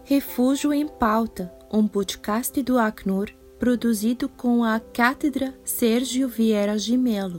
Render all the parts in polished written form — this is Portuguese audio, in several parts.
Refúgio em Pauta, um podcast do Acnur, produzido com a Cátedra Sérgio Vieira de Melo.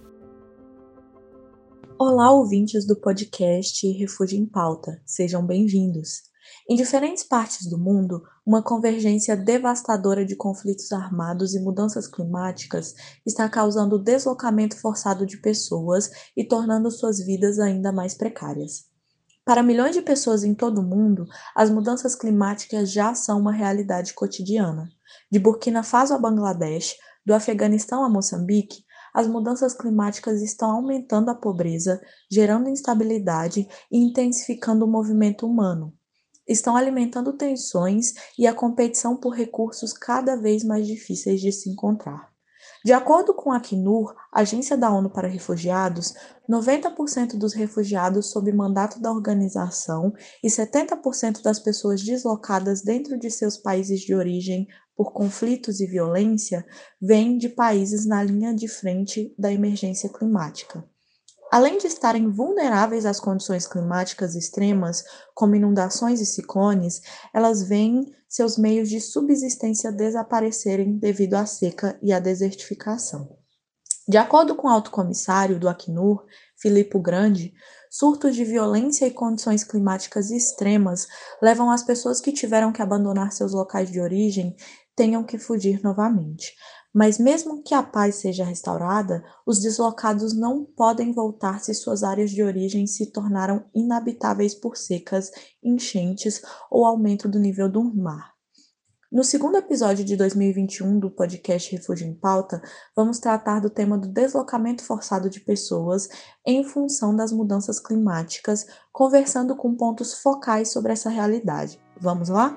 Olá, ouvintes do podcast Refúgio em Pauta, sejam bem-vindos. Em diferentes partes do mundo, uma convergência devastadora de conflitos armados e mudanças climáticas está causando o deslocamento forçado de pessoas e tornando suas vidas ainda mais precárias. Para milhões de pessoas em todo o mundo, as mudanças climáticas já são uma realidade cotidiana. De Burkina Faso a Bangladesh, do Afeganistão a Moçambique, as mudanças climáticas estão aumentando a pobreza, gerando instabilidade e intensificando o movimento humano. Estão alimentando tensões e a competição por recursos cada vez mais difíceis de se encontrar. De acordo com a Acnur, Agência da ONU para Refugiados, 90% dos refugiados sob mandato da organização e 70% das pessoas deslocadas dentro de seus países de origem por conflitos e violência vêm de países na linha de frente da emergência climática. Além de estarem vulneráveis às condições climáticas extremas, como inundações e ciclones, elas veem seus meios de subsistência desaparecerem devido à seca e à desertificação. De acordo com o alto comissário do Acnur, Filippo Grandi, surtos de violência e condições climáticas extremas levam as pessoas que tiveram que abandonar seus locais de origem tenham que fugir novamente. Mas mesmo que a paz seja restaurada, os deslocados não podem voltar se suas áreas de origem se tornaram inabitáveis por secas, enchentes ou aumento do nível do mar. No segundo episódio de 2021 do podcast Refúgio em Pauta, vamos tratar do tema do deslocamento forçado de pessoas em função das mudanças climáticas, conversando com pontos focais sobre essa realidade. Vamos lá?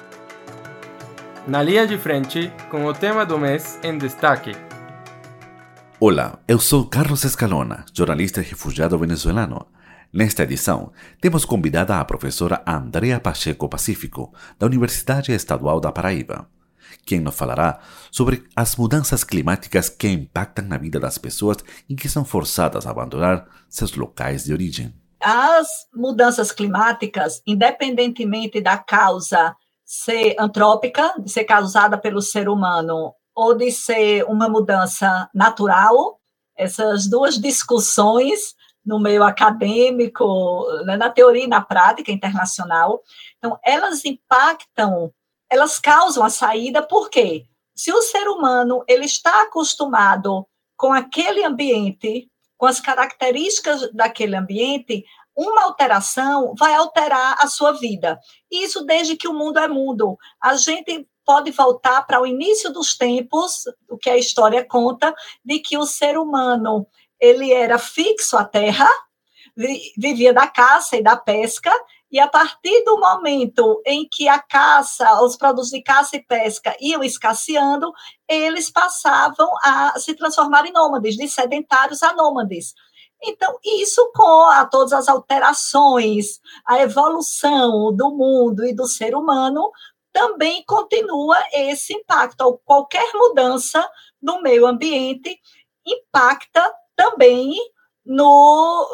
Na linha de frente, com o tema do mês em destaque. Olá, eu sou Carlos Escalona, jornalista e refugiado venezuelano. Nesta edição, temos convidada a professora Andrea Pacheco Pacífico, da Universidade Estadual da Paraíba, quem nos falará sobre as mudanças climáticas que impactam na vida das pessoas e que são forçadas a abandonar seus locais de origem. As mudanças climáticas, independentemente da causa ser antrópica, de ser causada pelo ser humano, ou de ser uma mudança natural, essas duas discussões no meio acadêmico, né, na teoria e na prática internacional, então elas impactam, elas causam a saída, por quê? Se o ser humano ele está acostumado com aquele ambiente, com as características daquele ambiente, uma alteração vai alterar a sua vida. Isso desde que o mundo é mundo. A gente pode voltar para o início dos tempos, o que a história conta, de que o ser humano ele era fixo à terra, vivia da caça e da pesca, e a partir do momento em que a caça, os produtos de caça e pesca iam escasseando, eles passavam a se transformar em nômades, de sedentários a nômades. Então, isso com todas as alterações, a evolução do mundo e do ser humano, também continua esse impacto. Qualquer mudança no meio ambiente impacta também no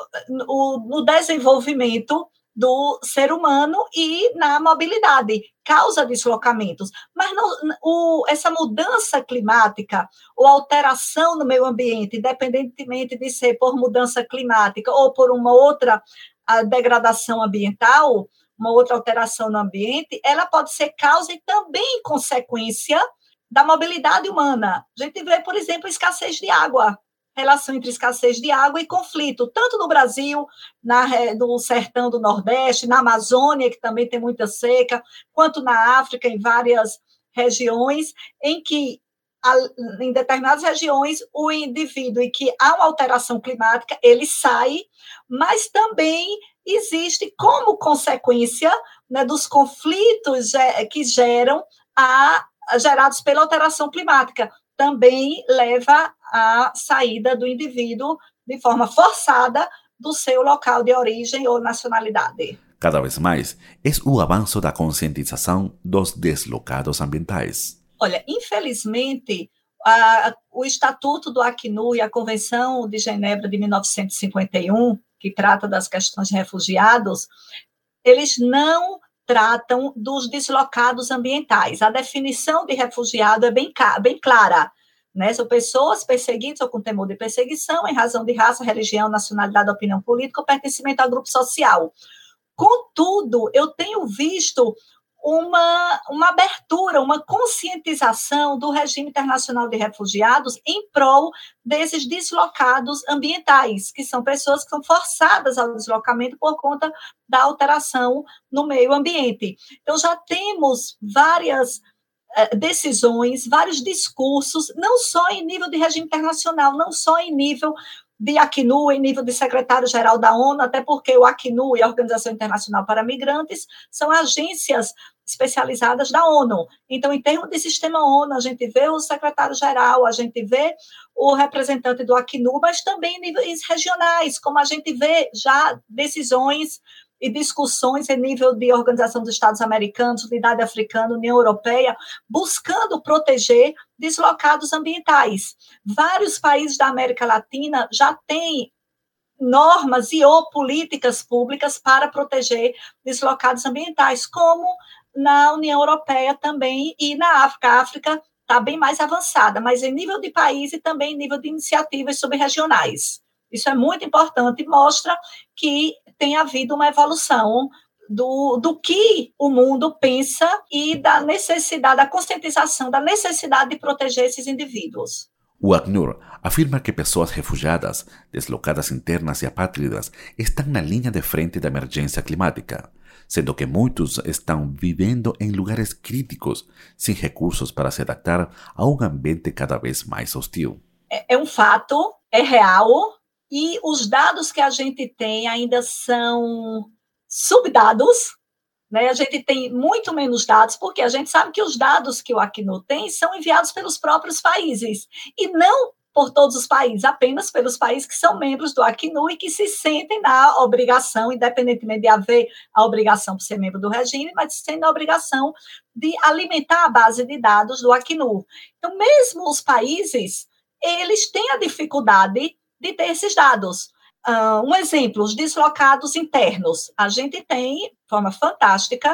desenvolvimento do ser humano e na mobilidade, causa deslocamentos. Mas essa mudança climática ou alteração no meio ambiente, independentemente de ser por mudança climática ou por uma outra degradação ambiental, uma outra alteração no ambiente, ela pode ser causa e também consequência da mobilidade humana. A gente vê, por exemplo, escassez de água, relação entre escassez de água e conflito, tanto no Brasil, no sertão do Nordeste, na Amazônia, que também tem muita seca, quanto na África, em várias regiões, em que, em determinadas regiões, o indivíduo, em que há uma alteração climática, ele sai, mas também existe como consequência, né, dos conflitos que gerados pela alteração climática, também leva à saída do indivíduo de forma forçada do seu local de origem ou nacionalidade. Cada vez mais, é o avanço da conscientização dos deslocados ambientais. Olha, infelizmente, o Estatuto do Acnur e a Convenção de Genebra de 1951, que trata das questões de refugiados, eles não tratam dos deslocados ambientais. A definição de refugiado é bem clara, né? São pessoas perseguidas ou com temor de perseguição em razão de raça, religião, nacionalidade, opinião política ou pertencimento a grupo social. Contudo, eu tenho visto uma abertura, uma conscientização do regime internacional de refugiados em prol desses deslocados ambientais, que são pessoas que são forçadas ao deslocamento por conta da alteração no meio ambiente. Então, já temos várias decisões, vários discursos, não só em nível de regime internacional, não só em nível de Acnur, em nível de secretário-geral da ONU, até porque o Acnur e a Organização Internacional para Migrantes são agências especializadas da ONU. Então, em termos de sistema ONU, a gente vê o secretário-geral, a gente vê o representante do Acnur, mas também em níveis regionais, como a gente vê já decisões e discussões em nível de Organização dos Estados Americanos, Unidade Africana, União Europeia, buscando proteger deslocados ambientais. Vários países da América Latina já têm normas ou políticas públicas para proteger deslocados ambientais, como na União Europeia também e na África. A África está bem mais avançada, mas em nível de país e também em nível de iniciativas subregionais. Isso é muito importante e mostra que tem havido uma evolução do que o mundo pensa e da necessidade, da conscientização da necessidade de proteger esses indivíduos. O Acnur afirma que pessoas refugiadas, deslocadas internas e apátridas estão na linha de frente da emergência climática, sendo que muitos estão vivendo em lugares críticos, sem recursos para se adaptar a um ambiente cada vez mais hostil. É um fato, é real, e os dados que a gente tem ainda são subdados, né? A gente tem muito menos dados, porque a gente sabe que os dados que o Acnur tem são enviados pelos próprios países, e não por todos os países, apenas pelos países que são membros do Acnur e que se sentem na obrigação, independentemente de haver a obrigação por ser membro do regime, mas se sentem na obrigação de alimentar a base de dados do Acnur. Então, mesmo os países, eles têm a dificuldade de ter esses dados. Um exemplo, os deslocados internos. A gente tem, de forma fantástica,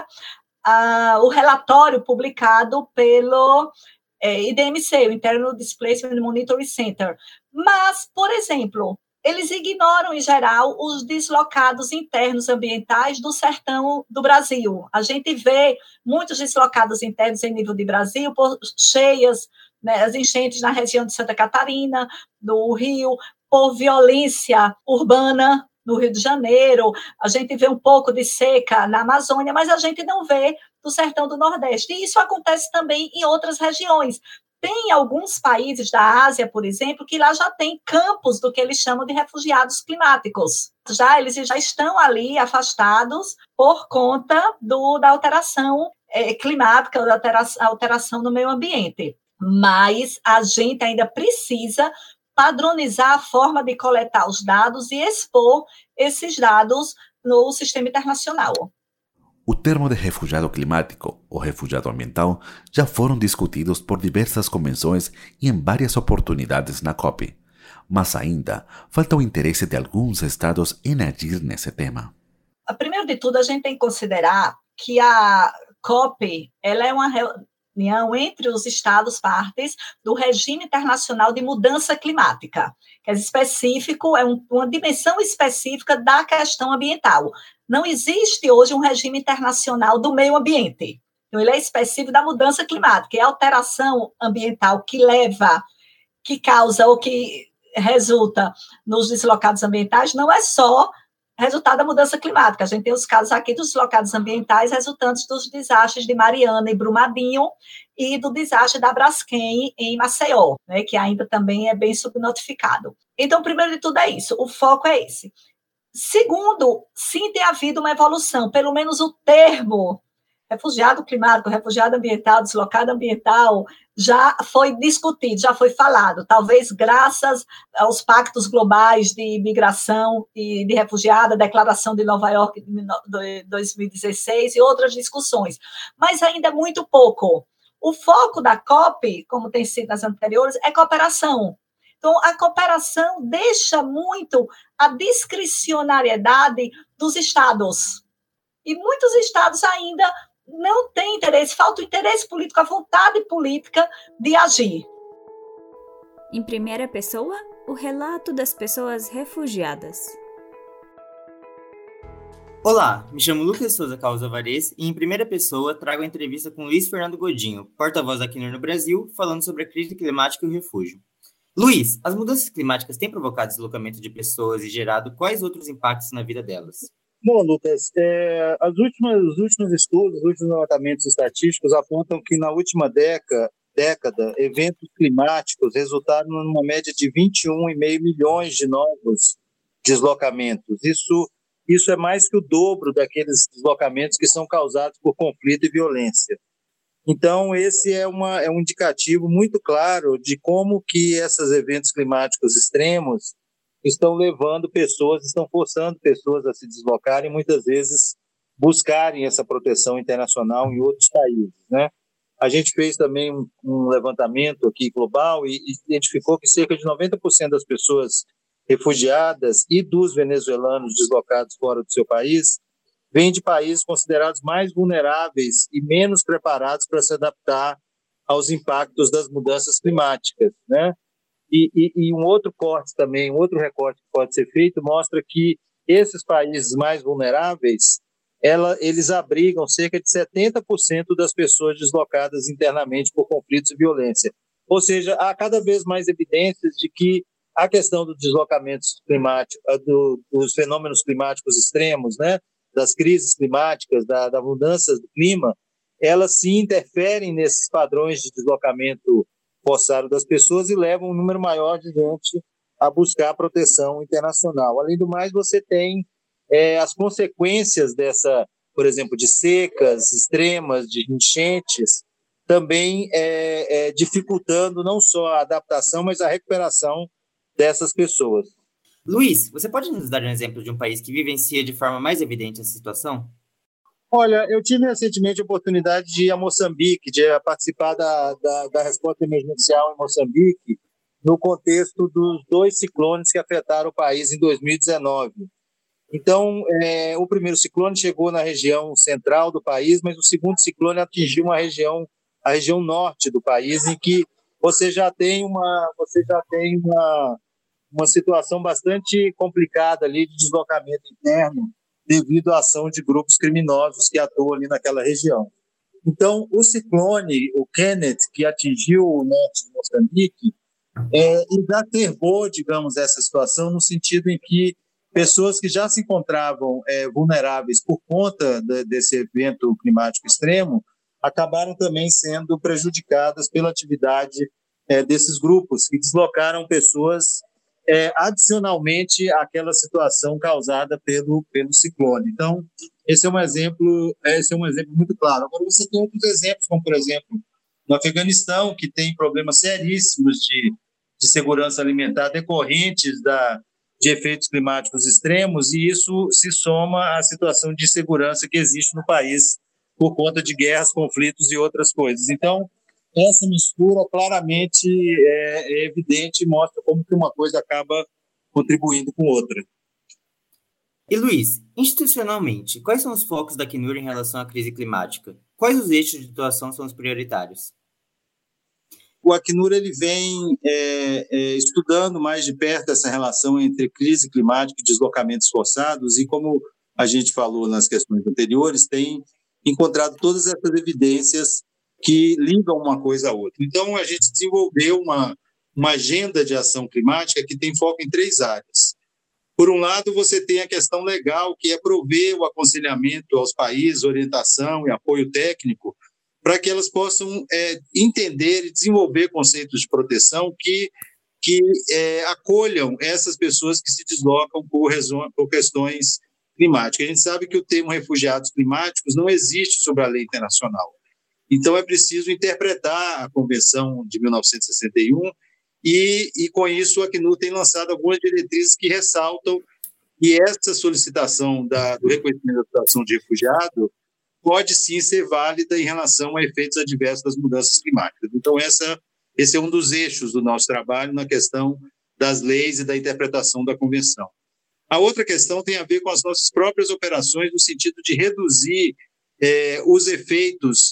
o relatório publicado pelo IDMC, o Internal Displacement Monitoring Center. Mas, por exemplo, eles ignoram, em geral, os deslocados internos ambientais do sertão do Brasil. A gente vê muitos deslocados internos em nível de Brasil, por cheias, né, as enchentes na região de Santa Catarina, do Rio, por violência urbana no Rio de Janeiro, a gente vê um pouco de seca na Amazônia, mas a gente não vê do sertão do Nordeste. E isso acontece também em outras regiões. Tem alguns países da Ásia, por exemplo, que lá já tem campos do que eles chamam de refugiados climáticos. Eles já estão ali afastados por conta da alteração climática, da alteração no meio ambiente. Mas a gente ainda precisa padronizar a forma de coletar os dados e expor esses dados no sistema internacional. O termo de refugiado climático ou refugiado ambiental já foram discutidos por diversas convenções e em várias oportunidades na COP. Mas ainda falta o interesse de alguns estados em agir nesse tema. Primeiro de tudo, a gente tem que considerar que a COP ela é uma reunião entre os Estados partes do regime internacional de mudança climática, que é específico, é uma dimensão específica da questão ambiental. Não existe hoje um regime internacional do meio ambiente. Então, ele é específico da mudança climática, é a alteração ambiental que causa ou que resulta nos deslocados ambientais, não é só resultado da mudança climática. A gente tem os casos aqui dos deslocados ambientais resultantes dos desastres de Mariana e Brumadinho e do desastre da Braskem em Maceió, né, que ainda também é bem subnotificado. Então, primeiro de tudo é isso, o foco é esse. Segundo, sim tem havido uma evolução, pelo menos o termo refugiado climático, refugiado ambiental, deslocado ambiental, já foi discutido, já foi falado, talvez graças aos pactos globais de migração e de refugiado, a Declaração de Nova York de 2016 e outras discussões, mas ainda é muito pouco. O foco da COP, como tem sido nas anteriores, é cooperação. Então, a cooperação deixa muito a discricionariedade dos estados. E muitos estados ainda não têm interesse, falta o interesse político, a vontade política de agir. Em primeira pessoa, o relato das pessoas refugiadas. Olá, me chamo Lucas Souza Carlos Alvarez e em primeira pessoa trago a entrevista com Luiz Fernando Godinho, porta-voz da Acnur no Brasil, falando sobre a crise climática e o refúgio. Luiz, as mudanças climáticas têm provocado deslocamento de pessoas e gerado quais outros impactos na vida delas? Bom, Lucas, os últimos estudos, os últimos levantamentos estatísticos apontam que na última década, eventos climáticos resultaram numa média de 21,5 milhões de novos deslocamentos. Isso é mais que o dobro daqueles deslocamentos que são causados por conflito e violência. Então, esse é um indicativo muito claro de como que esses eventos climáticos extremos estão levando pessoas, estão forçando pessoas a se deslocarem, muitas vezes buscarem essa proteção internacional em outros países, né? A gente fez também um levantamento aqui global e identificou que cerca de 90% das pessoas refugiadas e dos venezuelanos deslocados fora do seu país vêm de países considerados mais vulneráveis e menos preparados para se adaptar aos impactos das mudanças climáticas, né? E um outro corte também, um outro recorte que pode ser feito, mostra que esses países mais vulneráveis, eles abrigam cerca de 70% das pessoas deslocadas internamente por conflitos e violência. Ou seja, há cada vez mais evidências de que a questão dos deslocamentos climáticos, dos fenômenos climáticos extremos, né, das crises climáticas, da mudança do clima, elas sim interferem nesses padrões de deslocamento forçado das pessoas e levam um número maior de gente a buscar proteção internacional. Além do mais, você tem as consequências dessa, por exemplo, de secas extremas, de enchentes, também dificultando não só a adaptação, mas a recuperação dessas pessoas. Luiz, você pode nos dar um exemplo de um país que vivencia de forma mais evidente essa situação? Olha, eu tive recentemente a oportunidade de ir a Moçambique, de participar da resposta emergencial em Moçambique, no contexto dos 2 ciclones que afetaram o país em 2019. Então, o primeiro ciclone chegou na região central do país, mas o segundo ciclone atingiu a região norte do país, em que você já tem uma situação bastante complicada ali de deslocamento interno devido à ação de grupos criminosos que atuam ali naquela região. Então, o ciclone, o Kenneth, que atingiu o norte de Moçambique, exacerbou, digamos, essa situação no sentido em que pessoas que já se encontravam vulneráveis por conta desse evento climático extremo acabaram também sendo prejudicadas pela atividade desses grupos, que deslocaram pessoas adicionalmente àquela situação causada pelo ciclone. Então, esse é um exemplo muito claro. Agora, você tem outros exemplos, como, por exemplo, no Afeganistão, que tem problemas seríssimos de segurança alimentar decorrentes de efeitos climáticos extremos, e isso se soma à situação de segurança que existe no país por conta de guerras, conflitos e outras coisas. Então, essa mistura claramente é evidente e mostra como que uma coisa acaba contribuindo com outra. E Luiz, institucionalmente, quais são os focos da Acnur em relação à crise climática? Quais os eixos de atuação são os prioritários? O Acnur ele vem estudando mais de perto essa relação entre crise climática e deslocamentos forçados, e como a gente falou nas questões anteriores, tem encontrado todas essas evidências que ligam uma coisa à outra. Então, a gente desenvolveu uma agenda de ação climática que tem foco em 3 áreas. Por um lado, você tem a questão legal, que é prover o aconselhamento aos países, orientação e apoio técnico, para que elas possam entender e desenvolver conceitos de proteção que acolham essas pessoas que se deslocam por questões climáticas. A gente sabe que o termo refugiados climáticos não existe sobre a lei internacional. Então, é preciso interpretar a Convenção de 1961 e com isso, a Acnur tem lançado algumas diretrizes que ressaltam que essa solicitação do reconhecimento da situação de refugiado pode sim ser válida em relação a efeitos adversos das mudanças climáticas. Então, esse é um dos eixos do nosso trabalho na questão das leis e da interpretação da Convenção. A outra questão tem a ver com as nossas próprias operações, no sentido de reduzir os efeitos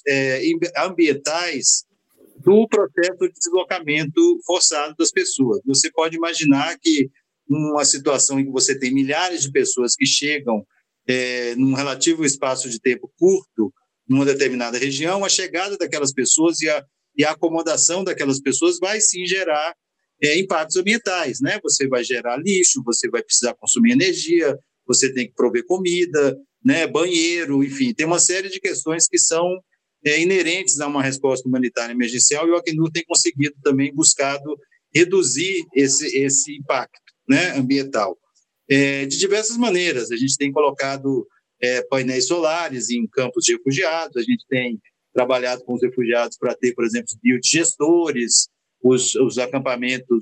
ambientais do processo de deslocamento forçado das pessoas. Você pode imaginar que numa situação em que você tem milhares de pessoas que chegam num relativo espaço de tempo curto, numa determinada região, a chegada daquelas pessoas e a acomodação daquelas pessoas vai sim gerar impactos ambientais, né? Você vai gerar lixo, você vai precisar consumir energia, você tem que prover comida, né? Banheiro, enfim, tem uma série de questões que são inerentes a uma resposta humanitária emergencial, e o Acnur tem conseguido também buscado reduzir esse impacto, né, ambiental. De diversas maneiras, a gente tem colocado painéis solares em campos de refugiados, a gente tem trabalhado com os refugiados para ter, por exemplo, biodigestores, os acampamentos,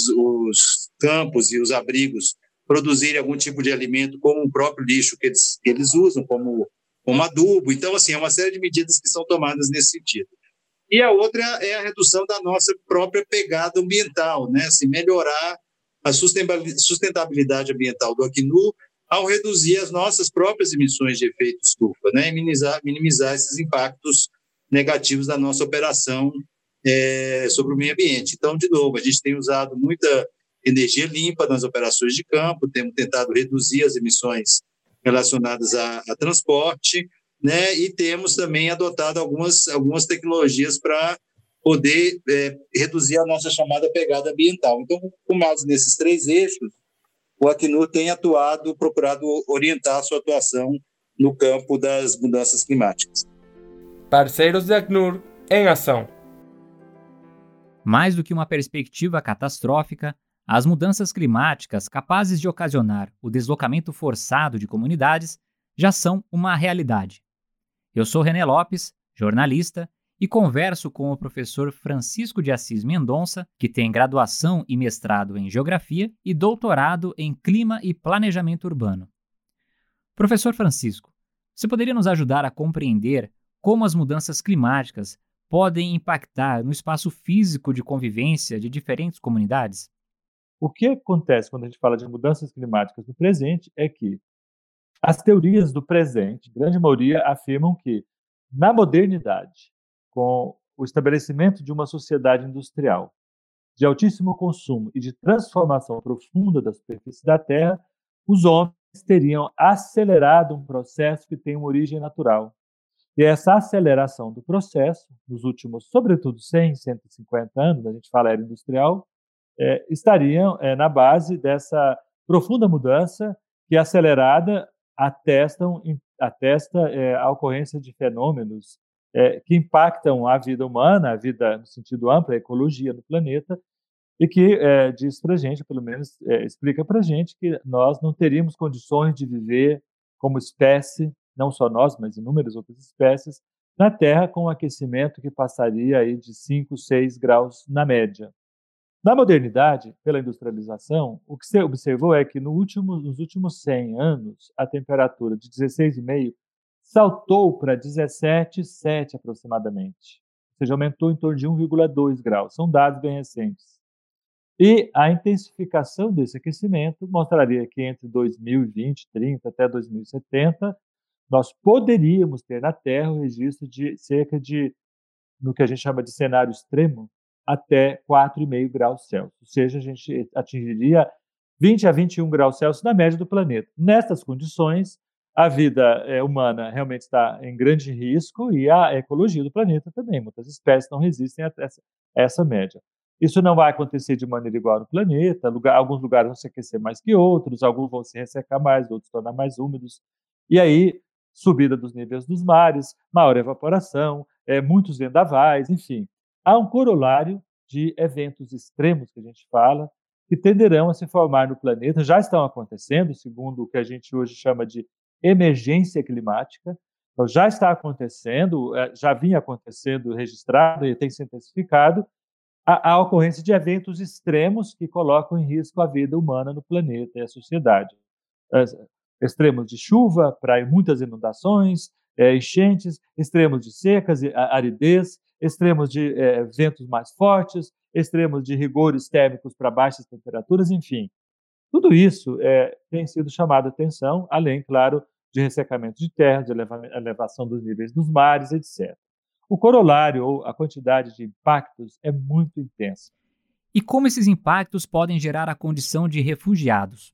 os campos e os abrigos produzirem algum tipo de alimento como o próprio lixo que eles usam como adubo. Então, assim, é uma série de medidas que são tomadas nesse sentido. E a outra é a redução da nossa própria pegada ambiental, né? Assim, melhorar a sustentabilidade ambiental do Acnur ao reduzir as nossas próprias emissões de efeito estufa, né? E minimizar esses impactos negativos da nossa operação sobre o meio ambiente. Então, de novo, a gente tem usado muita energia limpa nas operações de campo, temos tentado reduzir as emissões relacionadas a transporte, né? E temos também adotado algumas tecnologias para poder reduzir a nossa chamada pegada ambiental. Então, com base nesses 3 eixos, o Acnur tem procurado orientar a sua atuação no campo das mudanças climáticas. Parceiros de Acnur em ação. Mais do que uma perspectiva catastrófica, as mudanças climáticas capazes de ocasionar o deslocamento forçado de comunidades já são uma realidade. Eu sou René Lopes, jornalista, e converso com o professor Francisco de Assis Mendonça, que tem graduação e mestrado em Geografia e doutorado em Clima e Planejamento Urbano. Professor Francisco, você poderia nos ajudar a compreender como as mudanças climáticas podem impactar no espaço físico de convivência de diferentes comunidades? O que acontece quando a gente fala de mudanças climáticas no presente é que as teorias do presente, grande maioria, afirmam que, na modernidade, com o estabelecimento de uma sociedade industrial de altíssimo consumo e de transformação profunda da superfície da Terra, os homens teriam acelerado um processo que tem uma origem natural. E essa aceleração do processo, nos últimos, sobretudo, 100, 150 anos, a gente fala era industrial, estariam na base dessa profunda mudança que, acelerada, atesta a ocorrência de fenômenos que impactam a vida humana, a vida no sentido amplo, a ecologia no planeta, e que diz para a gente, pelo menos explica para a gente, que nós não teríamos condições de viver como espécie, não só nós, mas inúmeras outras espécies, na Terra com um aquecimento que passaria aí de 5, 6 graus na média. Na modernidade, pela industrialização, o que se observou é que nos últimos 100 anos, a temperatura de 16,5 saltou para 17,7 aproximadamente. Ou seja, aumentou em torno de 1,2 graus. São dados bem recentes. E a intensificação desse aquecimento mostraria que entre 2020, 30 até 2070, nós poderíamos ter na Terra o registro de cerca de, no que a gente chama de cenário extremo, até 4,5 graus Celsius. Ou seja, a gente atingiria 20 a 21 graus Celsius na média do planeta. Nestas condições, a vida humana realmente está em grande risco e a ecologia do planeta também. Muitas espécies não resistem a essa média. Isso não vai acontecer de maneira igual no planeta. Alguns lugares vão se aquecer mais que outros, alguns vão se ressecar mais, outros tornar mais úmidos. E aí, subida dos níveis dos mares, maior evaporação, muitos vendavais, enfim. Há um corolário de eventos extremos que a gente fala, que tenderão a se formar no planeta, já estão acontecendo, segundo o que a gente hoje chama de emergência climática. Então, já está acontecendo, já vinha acontecendo, registrado e tem se intensificado, a ocorrência de eventos extremos que colocam em risco a vida humana no planeta e a sociedade. Extremos de chuva, para muitas inundações, enchentes, extremos de secas, aridez, extremos de ventos mais fortes, extremos de rigores térmicos para baixas temperaturas, enfim. Tudo isso tem sido chamado a atenção, além, claro, de ressecamento de terras, de elevação dos níveis dos mares, etc. O corolário, ou a quantidade de impactos, é muito intensa. E como esses impactos podem gerar a condição de refugiados?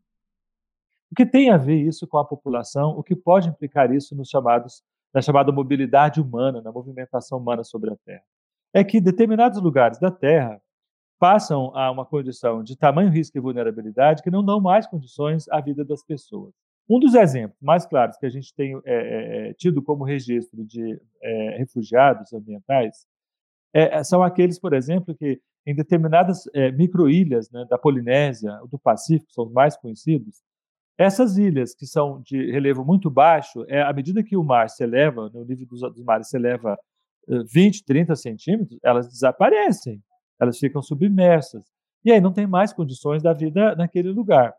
O que tem a ver isso com a população? O que pode implicar isso na chamada mobilidade humana, na movimentação humana sobre a Terra? É que determinados lugares da Terra passam a uma condição de tamanho risco e vulnerabilidade que não dão mais condições à vida das pessoas. Um dos exemplos mais claros que a gente tem tido como registro de refugiados ambientais são aqueles, por exemplo, que em determinadas microilhas, né, da Polinésia, do Pacífico, são os mais conhecidos. Essas ilhas, que são de relevo muito baixo, à medida que o mar se eleva, o nível dos mares se eleva 20, 30 centímetros, elas desaparecem, elas ficam submersas. E aí não tem mais condições da vida naquele lugar,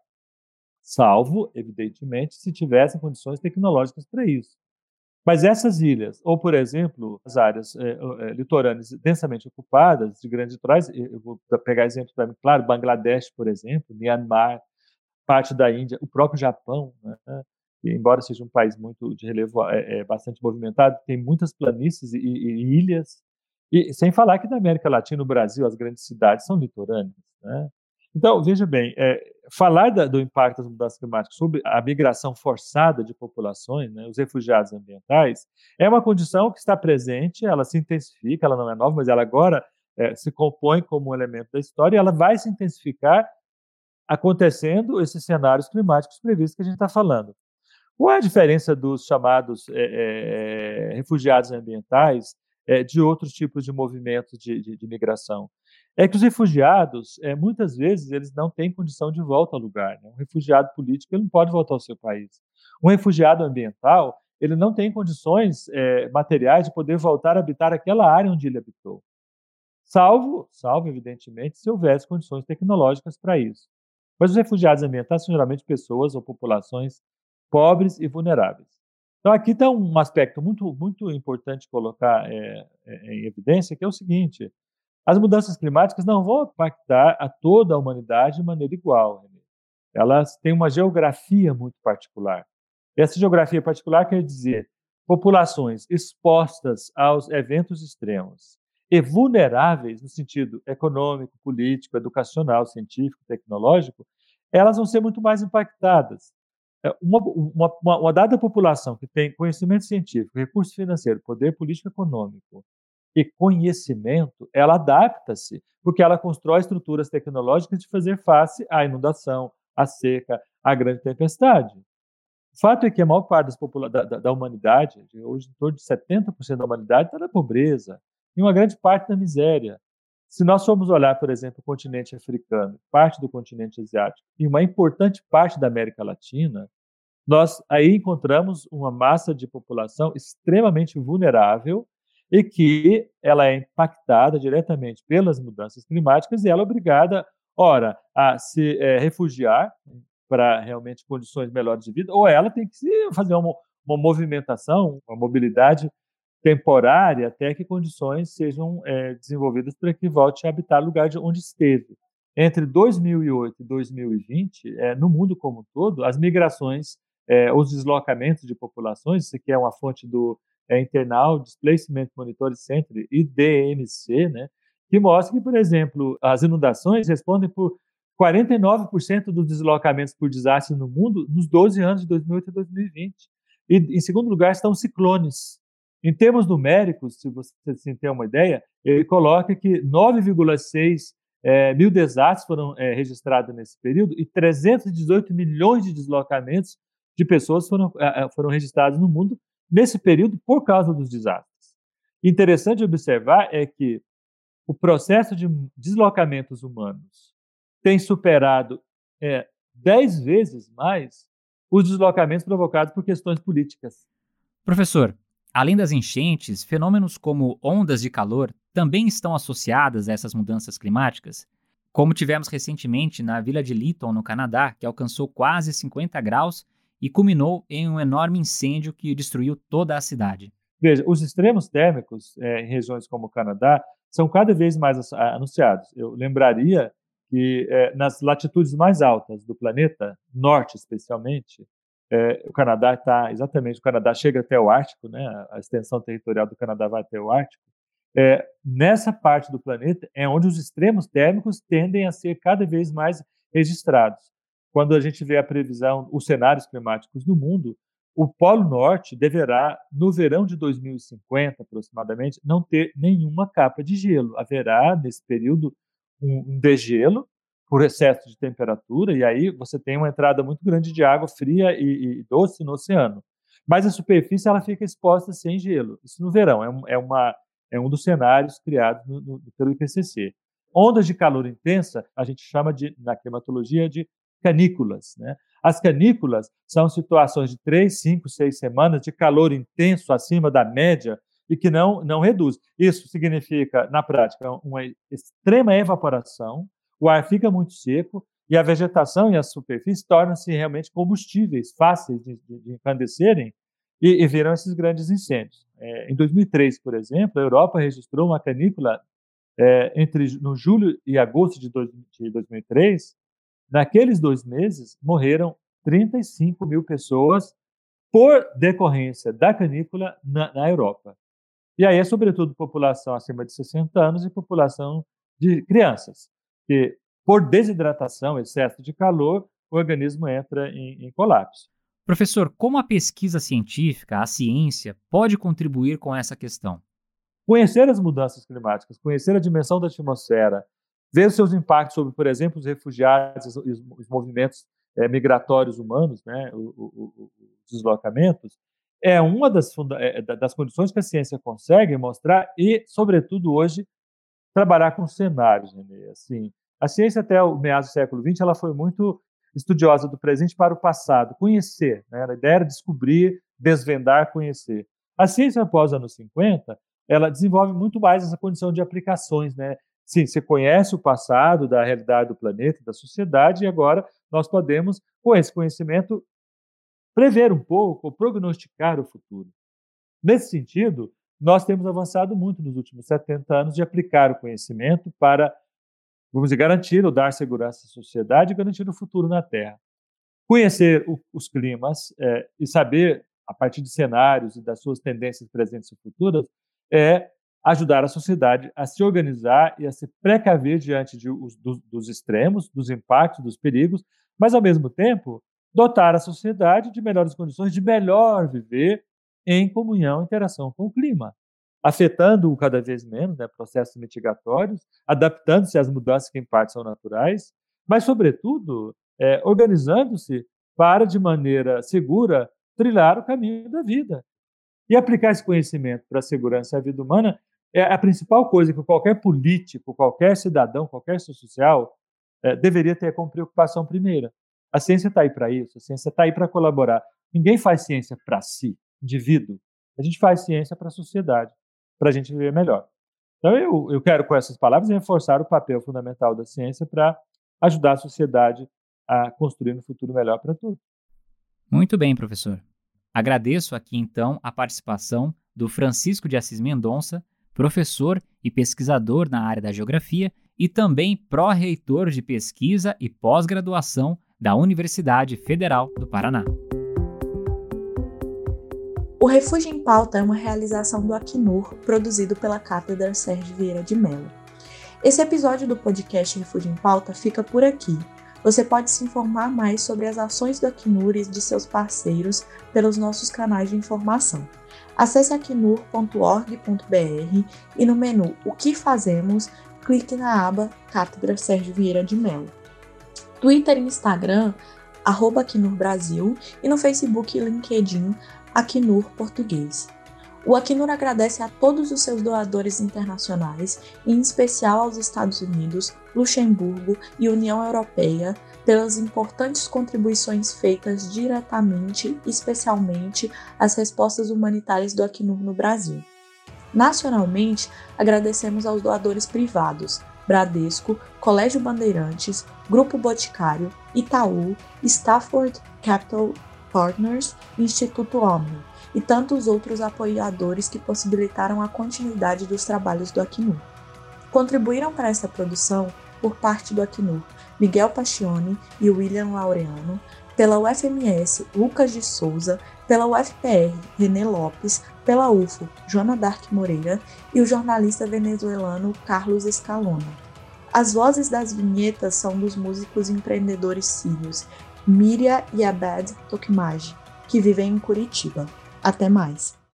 salvo, evidentemente, se tivessem condições tecnológicas para isso. Mas essas ilhas, ou, por exemplo, as áreas litorâneas densamente ocupadas, de grandes litorais, eu vou pegar exemplos para mim, claro, Bangladesh, por exemplo, Myanmar, parte da Índia, o próprio Japão, né, que, embora seja um país muito de relevo bastante movimentado, tem muitas planícies e ilhas, e sem falar que na América Latina, no Brasil, as grandes cidades são litorâneas, né? Então, veja bem, falar do impacto das mudanças climáticas sobre a migração forçada de populações, né, os refugiados ambientais, é uma condição que está presente, ela se intensifica, ela não é nova, mas ela agora se compõe como um elemento da história e ela vai se intensificar acontecendo esses cenários climáticos previstos que a gente está falando. Qual é a diferença dos chamados refugiados ambientais de outros tipos de movimentos de migração? É que os refugiados, muitas vezes, eles não têm condição de volta ao lugar, né? Um refugiado político ele não pode voltar ao seu país. Um refugiado ambiental, ele não tem condições materiais de poder voltar a habitar aquela área onde ele habitou. Salvo, evidentemente, se houvesse condições tecnológicas para isso. Mas os refugiados ambientais são geralmente pessoas ou populações pobres e vulneráveis. Então, aqui está um aspecto muito, muito importante colocar em evidência, que é o seguinte: as mudanças climáticas não vão impactar a toda a humanidade de maneira igual. Elas têm uma geografia muito particular. E essa geografia particular quer dizer populações expostas aos eventos extremos e vulneráveis no sentido econômico, político, educacional, científico, tecnológico, elas vão ser muito mais impactadas. Uma dada população que tem conhecimento científico, recurso financeiro, poder político econômico e conhecimento, ela adapta-se, porque ela constrói estruturas tecnológicas de fazer face à inundação, à seca, à grande tempestade. O fato é que a maior parte da humanidade, hoje em torno de 70% da humanidade, está na pobreza, e uma grande parte na miséria. Se nós formos olhar, por exemplo, o continente africano, parte do continente asiático e uma importante parte da América Latina, nós aí encontramos uma massa de população extremamente vulnerável e que ela é impactada diretamente pelas mudanças climáticas e ela é obrigada, ora, a se refugiar para realmente condições melhores de vida, ou ela tem que fazer uma movimentação, uma mobilidade temporária até que condições sejam desenvolvidas para que volte a habitar o lugar onde esteve. Entre 2008 e 2020, no mundo como um todo, as migrações, os deslocamentos de populações, isso aqui é uma fonte do Internal Displacement Monitoring Center, IDMC, né, que mostra que, por exemplo, as inundações respondem por 49% dos deslocamentos por desastre no mundo nos 12 anos de 2008 a 2020. E, em segundo lugar, estão os ciclones. Em termos numéricos, se você tem uma ideia, ele coloca que 9,6 mil desastres foram registrados nesse período e 318 milhões de deslocamentos de pessoas foram registrados no mundo nesse período por causa dos desastres. Interessante observar é que o processo de deslocamentos humanos tem superado 10 vezes mais os deslocamentos provocados por questões políticas. Professor, além das enchentes, fenômenos como ondas de calor também estão associadas a essas mudanças climáticas, como tivemos recentemente na Vila de Lytton, no Canadá, que alcançou quase 50 graus e culminou em um enorme incêndio que destruiu toda a cidade. Veja, os extremos térmicos em regiões como o Canadá são cada vez mais anunciados. Eu lembraria que nas latitudes mais altas do planeta, norte especialmente, o Canadá chega até o Ártico, né? A extensão territorial do Canadá vai até o Ártico. Nessa parte do planeta é onde os extremos térmicos tendem a ser cada vez mais registrados. Quando a gente vê a previsão, os cenários climáticos do mundo, o Polo Norte deverá, no verão de 2050, aproximadamente, não ter nenhuma capa de gelo. Haverá, nesse período, um degelo por excesso de temperatura, e aí você tem uma entrada muito grande de água fria e doce no oceano. Mas a superfície ela fica exposta sem gelo. Isso no verão, é um dos cenários criados pelo IPCC. Ondas de calor intensa, a gente chama na climatologia de canículas, né? As canículas são situações de 3, 5, 6 semanas de calor intenso acima da média e que não reduz. Isso significa, na prática, uma extrema evaporação, o ar fica muito seco e a vegetação e a superfície tornam-se realmente combustíveis, fáceis de encandecerem e viram esses grandes incêndios. Em 2003, por exemplo, a Europa registrou uma canícula no julho e agosto de 2003. Naqueles 2 meses, morreram 35 mil pessoas por decorrência da canícula na Europa. E aí é, sobretudo, população acima de 60 anos e população de crianças, que, por desidratação, excesso de calor, o organismo entra em colapso. Professor, como a pesquisa científica, a ciência, pode contribuir com essa questão? Conhecer as mudanças climáticas, conhecer a dimensão da atmosfera, ver os seus impactos sobre, por exemplo, os refugiados, os movimentos migratórios humanos, né, os deslocamentos, é uma das condições que a ciência consegue mostrar e, sobretudo hoje, trabalhar com cenários. Né? Assim, a ciência até o meados do século XX ela foi muito estudiosa do presente para o passado, conhecer. Né? A ideia era descobrir, desvendar, conhecer. A ciência após os anos 50, ela desenvolve muito mais essa condição de aplicações, né? Sim, você conhece o passado da realidade do planeta, da sociedade, e agora nós podemos, com esse conhecimento, prever um pouco, ou prognosticar o futuro. Nesse sentido, nós temos avançado muito nos últimos 70 anos de aplicar o conhecimento para, vamos dizer, garantir ou dar segurança à sociedade e garantir o futuro na Terra. Conhecer os climas e saber, a partir de cenários e das suas tendências presentes e futuras, é ajudar a sociedade a se organizar e a se precaver diante dos extremos, dos impactos, dos perigos, mas, ao mesmo tempo, dotar a sociedade de melhores condições de melhor viver em comunhão e interação com o clima, afetando-o cada vez menos, né, processos mitigatórios, adaptando-se às mudanças que, em parte, são naturais, mas, sobretudo, organizando-se para, de maneira segura, trilhar o caminho da vida. E aplicar esse conhecimento para a segurança e a vida humana é a principal coisa que qualquer político, qualquer cidadão, qualquer social deveria ter como preocupação primeira. A ciência está aí para isso, a ciência está aí para colaborar. Ninguém faz ciência para si, indivíduo. A gente faz ciência para a sociedade, para a gente viver melhor. Então, eu quero, com essas palavras, reforçar o papel fundamental da ciência para ajudar a sociedade a construir um futuro melhor para todos. Muito bem, professor. Agradeço aqui, então, a participação do Francisco de Assis Mendonça, professor e pesquisador na área da geografia e também pró-reitor de pesquisa e pós-graduação da Universidade Federal do Paraná. O Refúgio em Pauta é uma realização do Acnur, produzido pela Cátedra Sérgio Vieira de Mello. Esse episódio do podcast Refúgio em Pauta fica por aqui. Você pode se informar mais sobre as ações do Acnur e de seus parceiros pelos nossos canais de informação. Acesse acnur.org.br e no menu O que fazemos, clique na aba Cátedra Sérgio Vieira de Mello. Twitter e Instagram, @Acnur Brasil, e no Facebook e LinkedIn, Acnur Português. O Acnur agradece a todos os seus doadores internacionais, em especial aos Estados Unidos, Luxemburgo e União Europeia, pelas importantes contribuições feitas diretamente e especialmente às respostas humanitárias do Acnur no Brasil. Nacionalmente, agradecemos aos doadores privados, Bradesco, Colégio Bandeirantes, Grupo Boticário, Itaú, Stafford Capital Partners, Instituto Omni e tantos outros apoiadores que possibilitaram a continuidade dos trabalhos do Acnur. Contribuíram para essa produção por parte do Acnur, Miguel Pacione e William Laureano, pela UFMS, Lucas de Souza, pela UFPR, René Lopes, pela UFO, Joana Dark Moreira e o jornalista venezuelano Carlos Escalona. As vozes das vinhetas são dos músicos empreendedores sírios Miria e Abed Tokmaj, que vivem em Curitiba. Até mais!